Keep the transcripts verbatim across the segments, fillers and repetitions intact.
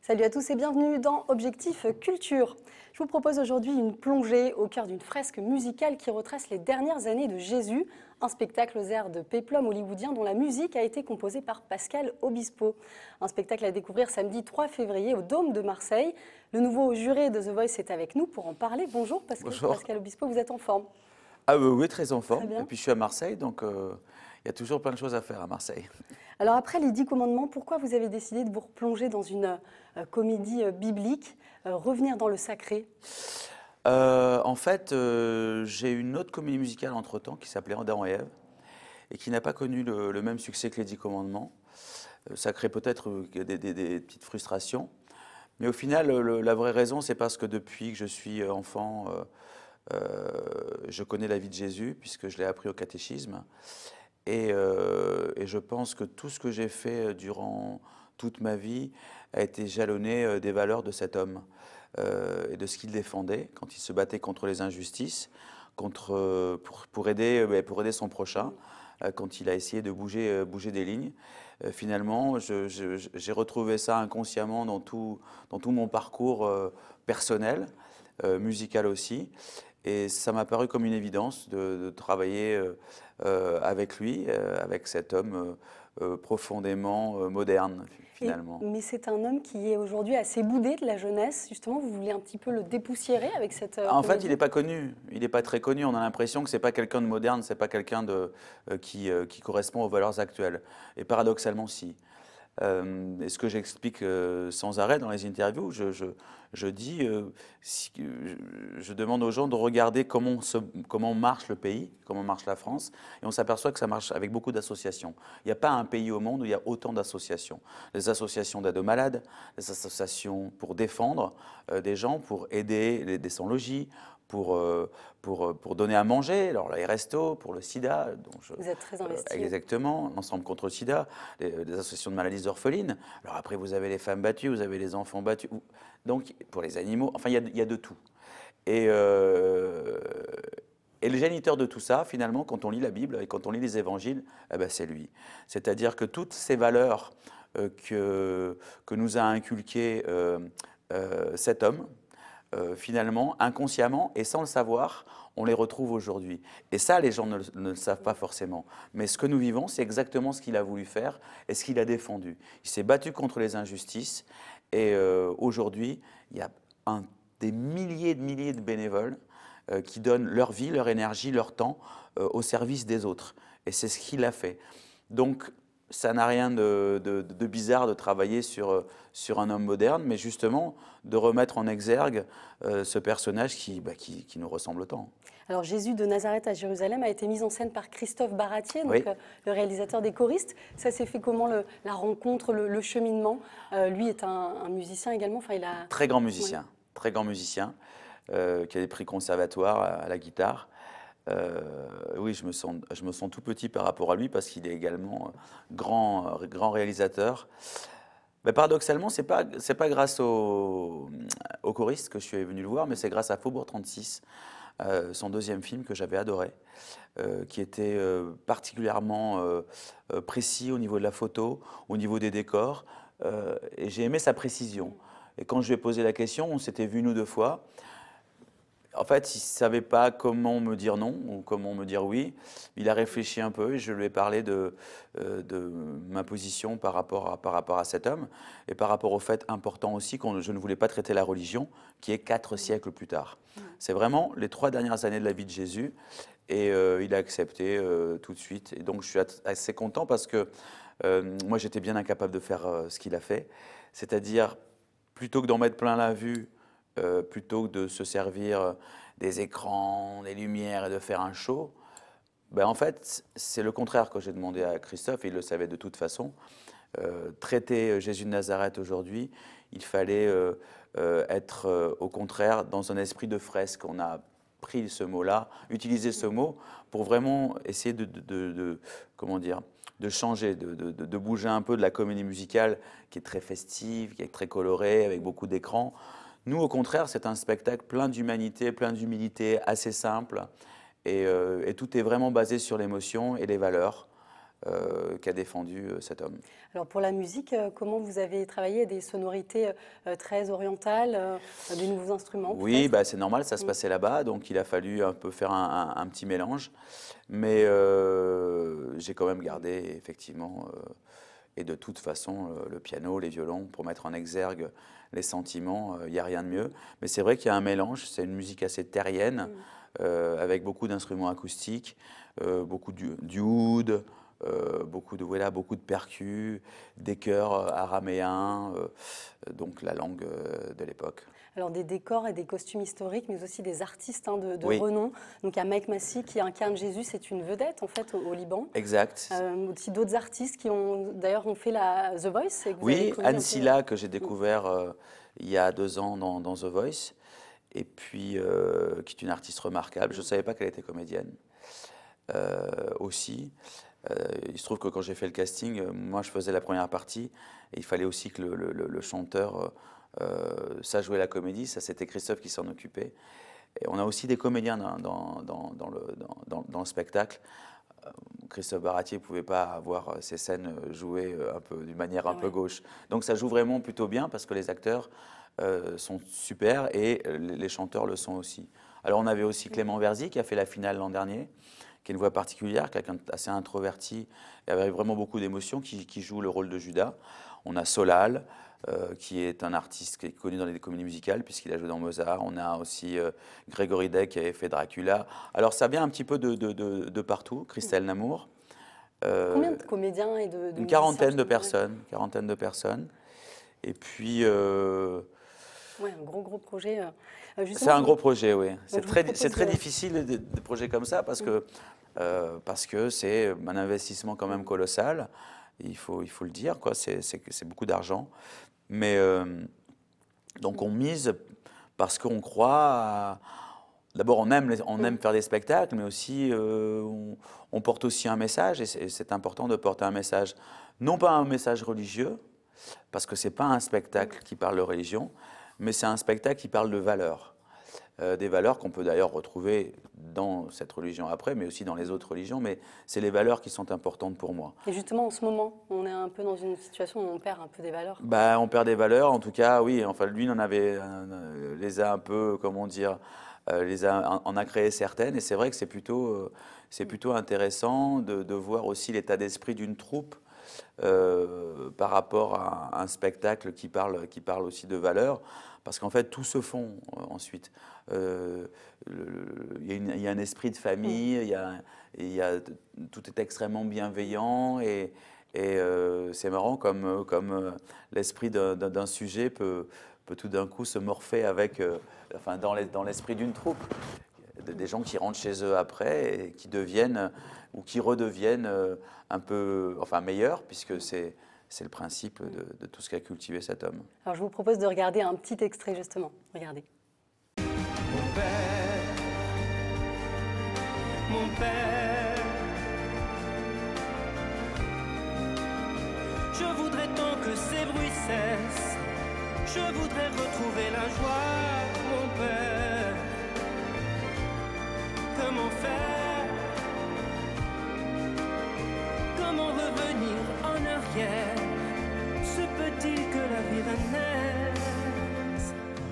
Salut à tous et bienvenue dans Objectif Culture. Je vous propose aujourd'hui une plongée au cœur d'une fresque musicale qui retrace les dernières années de Jésus, un spectacle aux airs de péplum hollywoodien dont la musique a été composée par Pascal Obispo. Un spectacle à découvrir samedi trois février au Dôme de Marseille. Le nouveau juré de The Voice est avec nous pour en parler. Bonjour Pascal, Bonjour. Pascal Obispo, vous êtes en forme? Ah oui, oui, très en Très forme. bien. Et puis je suis à Marseille, donc euh, il y a toujours plein de choses à faire à Marseille. Alors après les Dix Commandements, pourquoi vous avez décidé de vous replonger dans une euh, comédie euh, biblique, euh, revenir dans le sacré? Euh, en fait, euh, j'ai une autre comédie musicale entre-temps qui s'appelait Adam et Ève et qui n'a pas connu le, le même succès que les Dix Commandements. Euh, ça crée peut-être euh, des, des- des petites frustrations. Mais au final, le- la vraie raison, c'est parce que depuis que je suis enfant, euh, euh, je connais la vie de Jésus, puisque je l'ai appris au catéchisme. Et, euh, et je pense que tout ce que j'ai fait durant toute ma vie a été jalonné euh, des valeurs de cet homme euh, et de ce qu'il défendait quand il se battait contre les injustices, contre, euh, pour, pour aider, euh, pour aider son prochain, euh, quand il a essayé de bouger, euh, bouger des lignes. Euh, finalement, je- je- je- j'ai retrouvé ça inconsciemment dans tout, dans tout mon parcours euh, personnel, euh, musical aussi. Et ça m'a paru comme une évidence de, de travailler euh, euh, avec lui, euh, avec cet homme euh, euh, profondément euh, moderne, Et- finalement. mais c'est un homme qui est aujourd'hui assez boudé de la jeunesse. Justement, vous voulez un petit peu le dépoussiérer avec cette euh, En fait, il comédie? n'est pas connu, il n'est pas très connu. On a l'impression que c'est pas quelqu'un de moderne, c'est pas quelqu'un de, euh, qui, euh, qui correspond aux valeurs actuelles. Et paradoxalement, si. Euh, et ce que j'explique euh, sans arrêt dans les interviews, je, je, je dis, euh, si- je, je demande aux gens de regarder comment, se- comment marche le pays, comment marche la France, et on s'aperçoit que ça marche avec beaucoup d'associations. Il n'y a pas un pays au monde où il y a autant d'associations. Les associations d'aide aux malades, les associations pour défendre euh, des gens, pour aider les, des sans-logis, pour, euh, pour, euh, pour donner à manger, alors les restos, pour le sida, dont je, Vous êtes très euh, investi. exactement, l'ensemble contre le sida, les, les associations de maladies orphelines. Alors après, vous avez les femmes battues, vous avez les enfants battus. ou- Donc, pour les animaux, enfin, il y a, il y a de tout. Et, euh, et le géniteur de tout ça, finalement, quand on lit la Bible et quand on lit les évangiles, eh ben, c'est lui. C'est-à-dire que toutes ces valeurs euh, que, que nous a inculquées euh, euh, cet homme, euh, finalement, inconsciemment et sans le savoir, on les retrouve aujourd'hui. Et ça, les gens ne, le ne le savent pas forcément. Mais ce que nous vivons, c'est exactement ce qu'il a voulu faire et ce qu'il a défendu. Il s'est battu contre les injustices et euh, aujourd'hui, il y a un, des milliers de milliers de bénévoles euh, qui donnent leur vie, leur énergie, leur temps euh, au service des autres. Et c'est ce qu'il a fait. Donc, ça n'a rien de, de- de bizarre de travailler sur, euh, sur un homme moderne, mais justement de remettre en exergue euh, ce personnage qui, bah, qui, qui nous ressemble tant. Alors Jésus de Nazareth à Jérusalem a été mis en scène par Christophe Baratier, donc Oui. euh, le réalisateur des choristes. Ça s'est fait comment le- la rencontre, le, le cheminement? Euh, Lui est un, un musicien également. Enfin, il a. Très grand Oui. musicien, très grand musicien, euh, qui a des prix conservatoires à, à la guitare. Euh, oui, je me, sens, je me sens tout petit par rapport à lui parce qu'il est également euh, grand, euh, grand réalisateur. Mais paradoxalement, ce n'est pas, c'est pas grâce au, au choriste que je suis venu le voir, mais c'est grâce à Faubourg trente-six, euh, son deuxième film que j'avais adoré, euh, qui était euh, particulièrement euh, euh, précis au niveau de la photo, au niveau des décors, euh, et j'ai aimé sa précision. Et quand je lui ai posé la question, on s'était vu une ou deux fois. En fait, il ne savait pas comment me dire non ou comment me dire oui. Il a réfléchi un peu et je lui ai parlé de, euh, de ma position par rapport, à, par rapport à cet homme et par rapport au fait important aussi que je ne voulais pas traiter la religion, qui est quatre siècles plus tard. C'est vraiment les trois dernières années de la vie de Jésus et euh, il a accepté euh, tout de suite. Et donc je suis assez content parce que euh, moi j'étais bien incapable de faire euh, ce qu'il a fait, c'est-à-dire plutôt que d'en mettre plein la vue, euh, plutôt que de se servir des écrans, des lumières et de faire un show, ben en fait, c'est le contraire que j'ai demandé à Christophe, et il le savait de toute façon. Euh, traiter Jésus de Nazareth aujourd'hui, il fallait euh, euh, être euh, au contraire dans un esprit de fresque. On a pris ce mot-là, utilisé ce mot pour vraiment essayer de, de, de, de- comment dire, de changer, de, de, de bouger un peu de la comédie musicale qui est très festive, qui est très colorée, avec beaucoup d'écrans. Nous, au contraire, c'est un spectacle plein d'humanité, plein d'humilité, assez simple. Et, euh, et tout est vraiment basé sur l'émotion et les valeurs. euh, qu'a défendu euh, cet homme. Alors pour la musique, euh, comment vous avez travaillé des sonorités euh, très orientales, euh, des nouveaux instruments Oui, peut-être? bah, c'est normal, ça se Mm. passait là-bas, donc il a fallu un peu faire un, un- un petit mélange. Mais euh, j'ai quand même gardé effectivement, euh, et de toute façon, euh, le piano, les violons, pour mettre en exergue les sentiments, il n'y a rien de mieux. Mais c'est vrai qu'il y a un mélange, c'est une musique assez terrienne, Mm. euh, avec beaucoup d'instruments acoustiques, euh, beaucoup du, du oud, euh, beaucoup de, voilà, beaucoup de percus, des chœurs euh, araméens, euh, donc la langue euh, de l'époque. Alors des décors et des costumes historiques, mais aussi des artistes hein, de, de Oui, renom. Donc il y a Mike Massey qui incarne Jésus, c'est une vedette en fait au, au Liban. exact. Euh, aussi d'autres artistes qui ont d'ailleurs ont fait la The Voice et que vous avez Oui, connu Anne un peu. Silla, que j'ai Mm. découvert euh, il y a deux ans dans, dans The Voice, et puis euh, qui est une artiste remarquable. Je ne savais pas qu'elle était comédienne euh, aussi. Euh, il se trouve que quand j'ai fait le casting, euh, moi je faisais la première partie, et il fallait aussi que le, le- le- le chanteur euh, sache jouer la comédie. Ça, c'était Christophe qui s'en occupait. Et on a aussi des comédiens dans, dans- dans- dans le, dans- dans- dans le spectacle. Christophe Baratier ne pouvait pas avoir ces scènes jouées euh, un peu, d'une manière un Ah peu ouais. gauche. Donc ça joue vraiment plutôt bien parce que les acteurs euh, sont super et euh, les chanteurs le sont aussi. Alors on avait aussi Clément Verzy qui a fait la finale l'an dernier, qui a une voix particulière, quelqu'un assez introverti et avec vraiment beaucoup d'émotions, qui, qui joue le rôle de Judas. On a Solal, euh, qui est un artiste qui est connu dans les comédies musicales, puisqu'il a joué dans Mozart. On a aussi euh, Grégory Day qui avait fait Dracula. Alors ça vient un petit peu de, de, de, de partout, Christelle Namour. Combien Euh, de comédiens et de, de une musiciens quarantaine de justement ouais. personnes, quarantaine de personnes. Et puis, euh, Ouais, un gros gros projet. euh. Euh, c'est Justement, un je gros vous, projet, oui. C'est donc je vous très, c'est propose très de. difficile des, des projets comme ça parce que euh, parce que c'est un investissement quand même colossal. Il faut, il faut le dire, quoi. C'est, c'est, c'est beaucoup d'argent. Mais euh, donc on mise parce qu'on croit à- D'abord, on aime, les- on Mm. aime faire des spectacles, mais aussi euh, on, on porte aussi un message, et c'est et c'est important de porter un message, non pas un message religieux, parce que c'est pas un spectacle qui parle de religion, mais c'est un spectacle qui parle de valeurs. Euh, des valeurs qu'on peut d'ailleurs retrouver dans cette religion après, mais aussi dans les autres religions, mais c'est les valeurs qui sont importantes pour moi. Et justement, en ce moment, on est un peu dans une situation où on perd un peu des valeurs, quoi. Bah, on perd des valeurs, en tout cas, oui. Enfin, lui, il en avait, euh, les a un peu, comment dire, euh, les a, en a créé certaines. Et c'est vrai que c'est plutôt, euh, c'est plutôt intéressant de, de voir aussi l'état d'esprit d'une troupe euh, par rapport à un spectacle qui parle, qui parle aussi de valeurs. Parce qu'en fait, tout se fond euh, ensuite. Euh, le- le- Il y, a une- il y a un esprit de Mm. famille, il y a, il y a- tout est extrêmement bienveillant et, et euh, c'est marrant comme, euh, comme euh, l'esprit d'un d'un- d'un sujet peut, peut tout d'un coup se morpher avec, euh, enfin, dans les- dans l'esprit d'une troupe. Des des gens qui rentrent chez eux après et qui deviennent euh, ou qui redeviennent euh, un peu, enfin meilleurs, puisque c'est c'est le principe de, de tout ce qu'a cultivé cet homme. Alors je vous propose de regarder un petit extrait justement. Regardez. Mon père, mon père, je voudrais tant que ces bruits cessent, je voudrais retrouver la joie, mon père. Comment faire? Comment revenir en arrière? Se peut-il que la vie renaisse?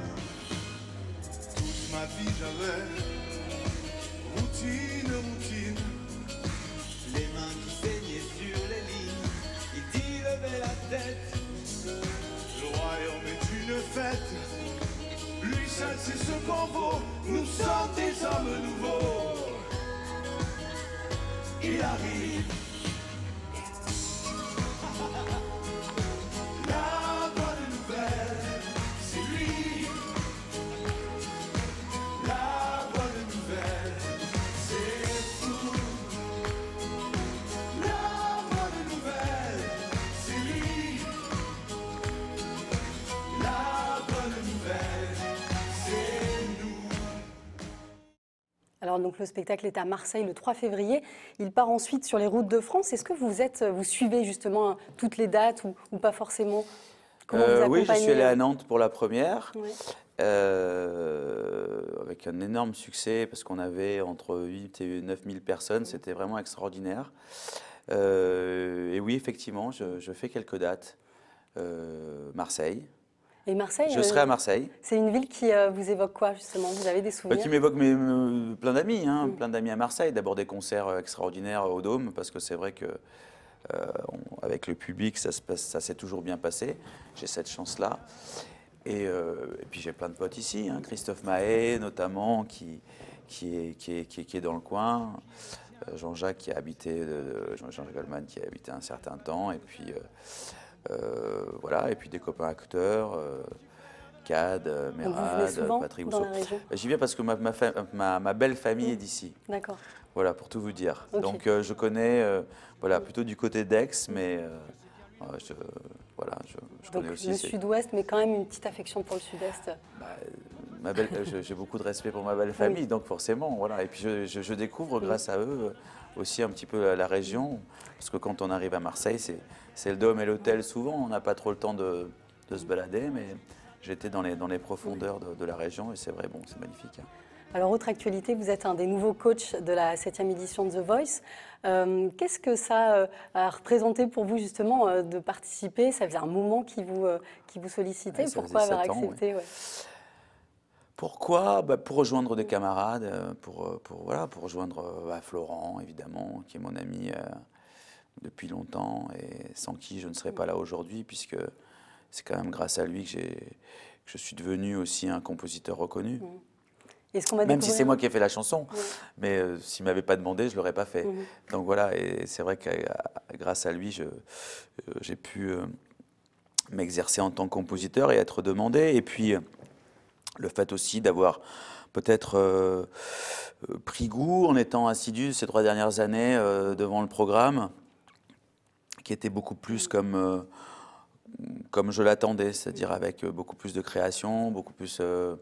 Toute ma vie j'avais routine, routine. Les mains qui saignaient sur les lignes, il dit lever la tête. Le royaume est une fête, lui seul c'est ce qu'on vaut. Nous sommes des hommes nouveaux. Il arrive. La bonne nouvelle, c'est lui. La bonne nouvelle, c'est fou. La bonne nouvelle, c'est lui. La bonne nouvelle, c'est nous. Alors donc le spectacle est à Marseille le trois février. Il part ensuite sur les routes de France. Est-ce que vous êtes, vous suivez justement toutes les dates ou, ou pas forcément? Comment Euh, vous oui, je suis allé accompagnez? à Nantes pour la première, Ouais. euh, avec un énorme succès, parce qu'on avait entre huit et neuf mille personnes, c'était vraiment extraordinaire. Euh, et oui, effectivement, je, je fais quelques dates. Euh, Marseille. Et Marseille, Je serai à Marseille. C'est une ville qui euh, vous évoque quoi, justement? Vous avez des Bah, souvenirs? qui m'évoque mes, me- plein d'amis, hein, Mm. plein d'amis à Marseille. D'abord des concerts euh, extraordinaires au Dôme, parce que c'est vrai que euh, on- avec le public, ça se passe- ça s'est toujours bien passé. J'ai cette chance-là. Et, euh, et puis j'ai plein de potes ici, hein, Christophe Mahé notamment, qui, qui, est, qui, est, qui, est, qui est dans le coin. Euh, Jean-Jacques qui a habité, euh, Jean-Jacques Goldman qui a habité un certain temps. Et puis euh, euh, voilà, et puis des copains acteurs. Euh, Cad, Donc vous venez Mérad, souvent Patrick dans Rousseau. la région? J'y viens parce que ma, ma, fa- ma- ma belle famille Mm. est d'ici. D'accord. Voilà, pour tout vous dire. Ok. Donc euh, je connais, euh, voilà, plutôt du côté d'Aix, mais euh, ouais, je, voilà, je, je Donc connais aussi. le c'est- sud-ouest, mais quand même une petite affection pour le sud-est. bah, ma belle, euh, je- j'ai beaucoup de respect pour ma belle famille, donc forcément, voilà. Et puis je, je- je découvre Mm. grâce à eux euh, aussi un petit peu la, la région, parce que quand on arrive à Marseille, c'est c'est le Dôme et l'hôtel souvent. On n'a pas trop le temps de, de se balader, mais j'étais dans les, dans les profondeurs de, de la région et c'est vrai, bon, c'est magnifique, hein. Alors, autre actualité, vous êtes un des nouveaux coachs de la septième édition de The Voice. Euh, Qu'est-ce que ça euh, a représenté pour vous, justement, euh, de participer? Ça faisait un moment qui vous, euh, qui vous sollicitait. Ouais, ça Pourquoi faisait avoir sept ans, accepté? Ouais. Pourquoi? Bah, pour rejoindre des camarades, euh, pour, euh, pour, voilà, pour rejoindre euh, bah, Florent, évidemment, qui est mon ami euh, depuis longtemps et sans qui je ne serais pas là aujourd'hui, puisque c'est quand même grâce à lui que, j'ai- que je suis devenu aussi un compositeur reconnu. Est-ce qu'on va Même si découvrir- c'est moi qui ai fait la chanson, Ouais. mais euh, s'il ne m'avait pas demandé, je ne l'aurais pas fait. Mhm. Donc voilà, et c'est vrai que euh, grâce à lui, je- euh, j'ai pu euh, m'exercer en tant que compositeur et être demandé. Et puis, euh, le fait aussi d'avoir peut-être euh, euh, pris goût en étant assidu ces trois dernières années euh, devant le programme, qui était beaucoup plus comme, euh, comme je l'attendais, c'est-à-dire avec euh, beaucoup plus de création, beaucoup plus euh,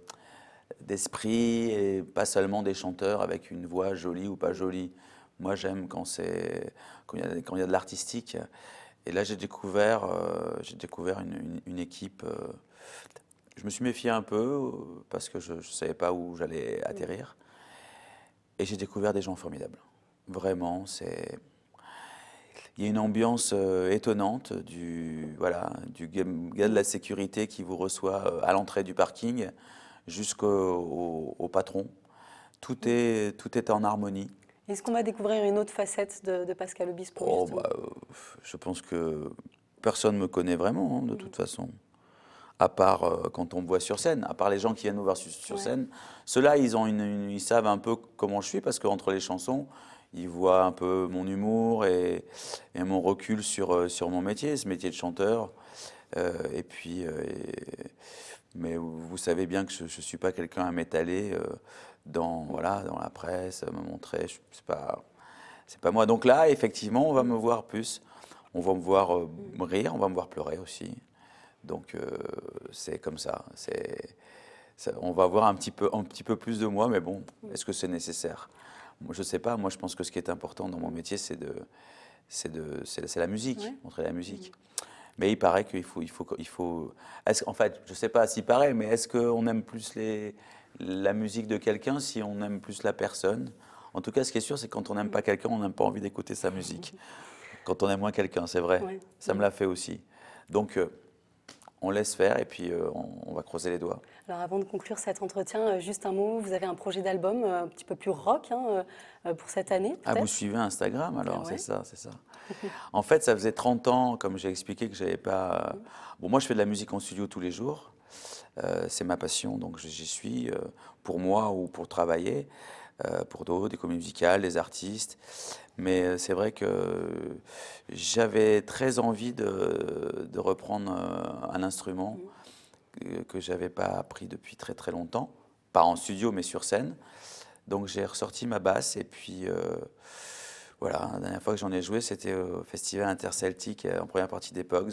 d'esprit, et pas seulement des chanteurs avec une voix jolie ou pas jolie. Moi, j'aime quand c'est quand il y a, quand il y a de l'artistique. Et là, j'ai découvert, euh, j'ai découvert une, une- une équipe. euh, je me suis méfié un peu euh, parce que je ne savais pas où j'allais atterrir. Et j'ai découvert des gens formidables. Vraiment, c'est. Il y a une ambiance euh, étonnante du, voilà, du gars gars de la sécurité qui vous reçoit euh, à l'entrée du parking jusqu'au au, au patron. Tout est, tout est en harmonie. Est-ce qu'on va découvrir une autre facette de, de Pascal Obispo, Oh, justement? bah, euh, je pense que personne ne me connaît vraiment, hein, de toute façon. À part euh, quand on me voit sur scène, à part les gens qui viennent nous voir sur, sur Ouais. scène. Ceux-là, ils, ont une- une- ils savent un peu comment je suis, parce qu'entre les chansons, ils voient un peu mon humour et, et mon recul sur, euh, sur mon métier, ce métier de chanteur. Euh, et puis, euh, et- mais vous, vous savez bien que je ne suis pas quelqu'un à m'étaler euh, dans, voilà, dans la presse, me montrer. Je- C'est pas, c'est pas moi. Donc là, effectivement, on va me voir plus. On va me voir euh, rire, on va me voir pleurer aussi. Donc euh, c'est comme ça. C'est, ça- on va voir un petit peu, un petit peu plus de moi, mais bon, est-ce que c'est nécessaire? Moi, je ne sais pas. Moi, je pense que ce qui est important dans mon métier, c'est de, c'est de, c'est, c'est la musique, Ouais. montrer la musique. Mais il paraît qu'il faut, il faut, il faut. Est-ce, en fait, je ne sais pas s'il paraît, mais est-ce qu'on aime plus les, la musique de quelqu'un si on aime plus la personne? En tout cas, ce qui est sûr, c'est que quand on n'aime pas quelqu'un, on n'a pas envie d'écouter sa musique. Quand on aime moins quelqu'un, c'est vrai. Ouais. Ça me l'a fait aussi. Donc, euh, on laisse faire et puis euh, on, on va creuser les doigts. Alors, avant de conclure cet entretien, euh, juste un mot. Vous avez un projet d'album euh, un petit peu plus rock, hein, euh, pour cette année, Ah, peut-être? vous suivez Instagram alors, Ah ouais. c'est ça, c'est ça. En fait, ça faisait trente ans, comme j'ai expliqué, que j'avais pas. Bon, moi, je fais de la musique en studio tous les jours. Euh, c'est ma passion, donc j'y suis euh, pour moi ou pour travailler, euh, pour d'autres, des comédies musicales, des artistes. Mais euh, c'est vrai que j'avais très envie de, de reprendre euh, un instrument que, que j'avais pas appris depuis très très longtemps, pas en studio mais sur scène. Donc j'ai ressorti ma basse et puis euh, voilà, la dernière fois que j'en ai joué, c'était au Festival Interceltique euh, en première partie des Pogs.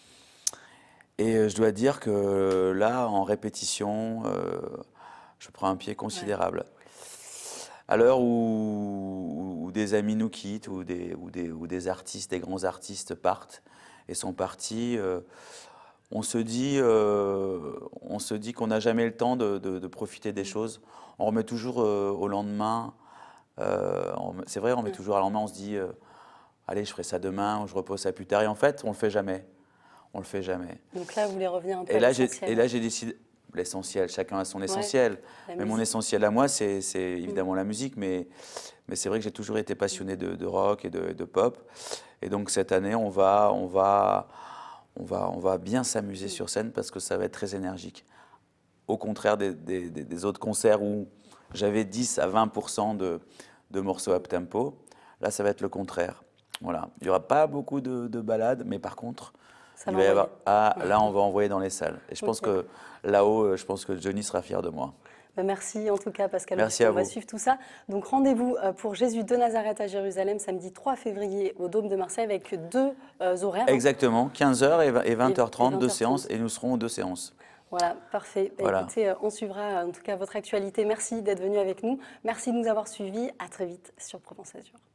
Et euh, je dois dire que là, en répétition, euh, je prends un pied considérable. À l'heure où, où des amis nous quittent, ou des, ou, des, ou des artistes, des grands artistes partent et sont partis, euh, on se dit, euh, on se dit qu'on n'a jamais le temps de, de, de profiter des choses. On remet toujours euh, au lendemain. Euh, on- c'est vrai, on met toujours à lendemain, on se dit, euh, allez, je ferai ça demain ou je repose ça plus tard. Et en fait, on ne le fait jamais. On le fait jamais. Donc là, vous voulez revenir un peu Et à là, j'ai, l'essentiel. et là, j'ai décidé, l'essentiel, chacun a son essentiel. la Mais mon musique. essentiel à moi, c'est, c'est évidemment la musique, mais, mais c'est vrai que j'ai toujours été passionné de, de rock et de, de pop. Et donc cette année, on va, on va, on va, on va bien s'amuser sur scène parce que ça va être très énergique. Au contraire des, des, des- des autres concerts où j'avais dix à vingt pour cent de, de morceaux up-tempo, là, ça va être le contraire. Voilà. Il n'y aura pas beaucoup de, de ballades, mais par contre, Ça il va va y avoir, envoyer. ah, là, on va envoyer dans les salles. Et je pense Ok. que là-haut, euh, je pense que Johnny sera fier de moi. Ben, merci en tout cas Pascal. Merci on à va vous. suivre tout ça. Donc rendez-vous euh, pour Jésus de Nazareth à Jérusalem samedi trois février au Dôme de Marseille avec deux euh, horaires. Exactement, quinze heures et vingt heures trente, Et- et deux vingt heures trente. séances, et nous serons aux deux séances. Voilà, parfait. Ben, Voilà. Écoutez, euh, on suivra euh, en tout cas votre actualité. Merci d'être venu avec nous. Merci de nous avoir suivis. À très vite sur Provence Azur.